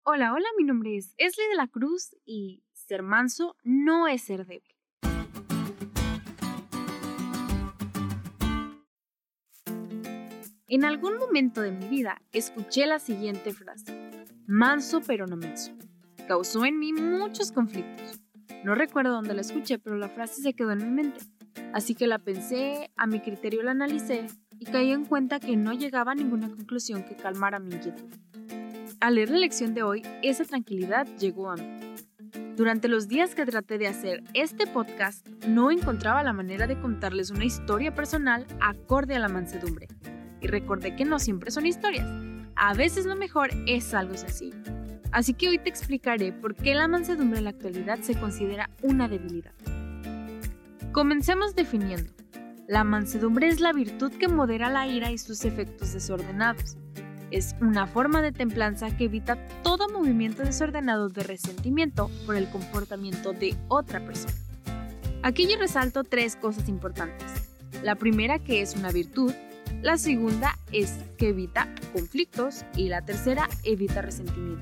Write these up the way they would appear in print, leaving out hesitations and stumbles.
Hola, mi nombre es Esli de la Cruz y ser manso no es ser débil. En algún momento de mi vida escuché la siguiente frase: manso pero no menso. Causó en mí muchos conflictos. No recuerdo dónde la escuché, pero la frase se quedó en mi mente. Así que la pensé, a mi criterio la analicé y caí en cuenta que no llegaba a ninguna conclusión que calmara mi inquietud. Al leer la lección de hoy, esa tranquilidad llegó a mí. Durante los días que traté de hacer este podcast, no encontraba la manera de contarles una historia personal acorde a la mansedumbre. Y recordé que no siempre son historias. A veces lo mejor es algo sencillo. Así que hoy te explicaré por qué la mansedumbre en la actualidad se considera una debilidad. Comencemos definiendo. La mansedumbre es la virtud que modera la ira y sus efectos desordenados. Es una forma de templanza que evita todo movimiento desordenado de resentimiento por el comportamiento de otra persona. Aquí yo resalto 3 cosas importantes. La primera, que es una virtud; la segunda es que evita conflictos y la tercera, evita resentimiento.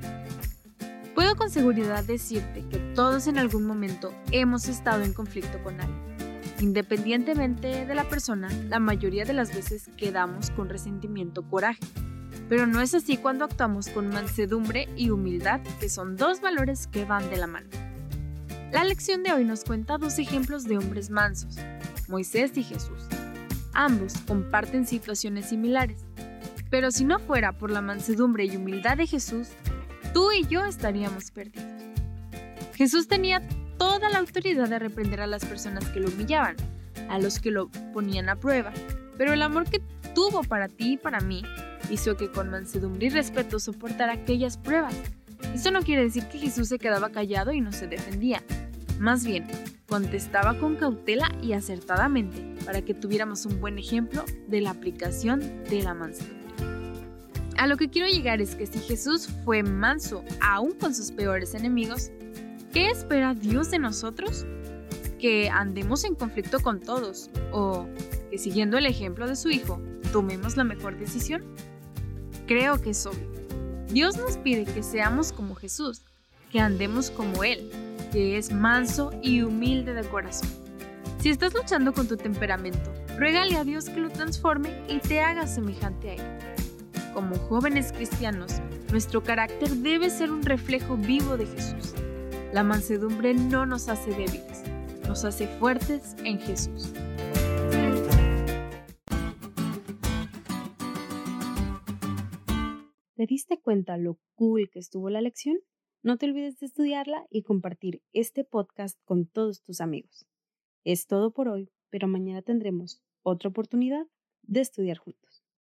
Puedo con seguridad decirte que todos en algún momento hemos estado en conflicto con alguien. Independientemente de la persona, la mayoría de las veces quedamos con resentimiento o coraje. Pero no es así cuando actuamos con mansedumbre y humildad, que son 2 valores que van de la mano. La lección de hoy nos cuenta 2 ejemplos de hombres mansos, Moisés y Jesús. Ambos comparten situaciones similares, pero si no fuera por la mansedumbre y humildad de Jesús, tú y yo estaríamos perdidos. Jesús tenía toda la autoridad de reprender a las personas que lo humillaban, a los que lo ponían a prueba, pero el amor que tuvo para ti y para mí hizo que con mansedumbre y respeto soportara aquellas pruebas. Eso no quiere decir que Jesús se quedaba callado y no se defendía. Más bien, contestaba con cautela y acertadamente para que tuviéramos un buen ejemplo de la aplicación de la mansedumbre. A lo que quiero llegar es que si Jesús fue manso aún con sus peores enemigos, ¿qué espera Dios de nosotros? ¿Que andemos en conflicto con todos o que, siguiendo el ejemplo de su Hijo, tomemos la mejor decisión? Creo que es obvio. Dios nos pide que seamos como Jesús, que andemos como Él, que es manso y humilde de corazón. Si estás luchando con tu temperamento, ruégale a Dios que lo transforme y te haga semejante a Él. Como jóvenes cristianos, nuestro carácter debe ser un reflejo vivo de Jesús. La mansedumbre no nos hace débiles, nos hace fuertes en Jesús. ¿Te diste cuenta lo cool que estuvo la lección? No te olvides de estudiarla y compartir este podcast con todos tus amigos. Es todo por hoy, pero mañana tendremos otra oportunidad de estudiar juntos.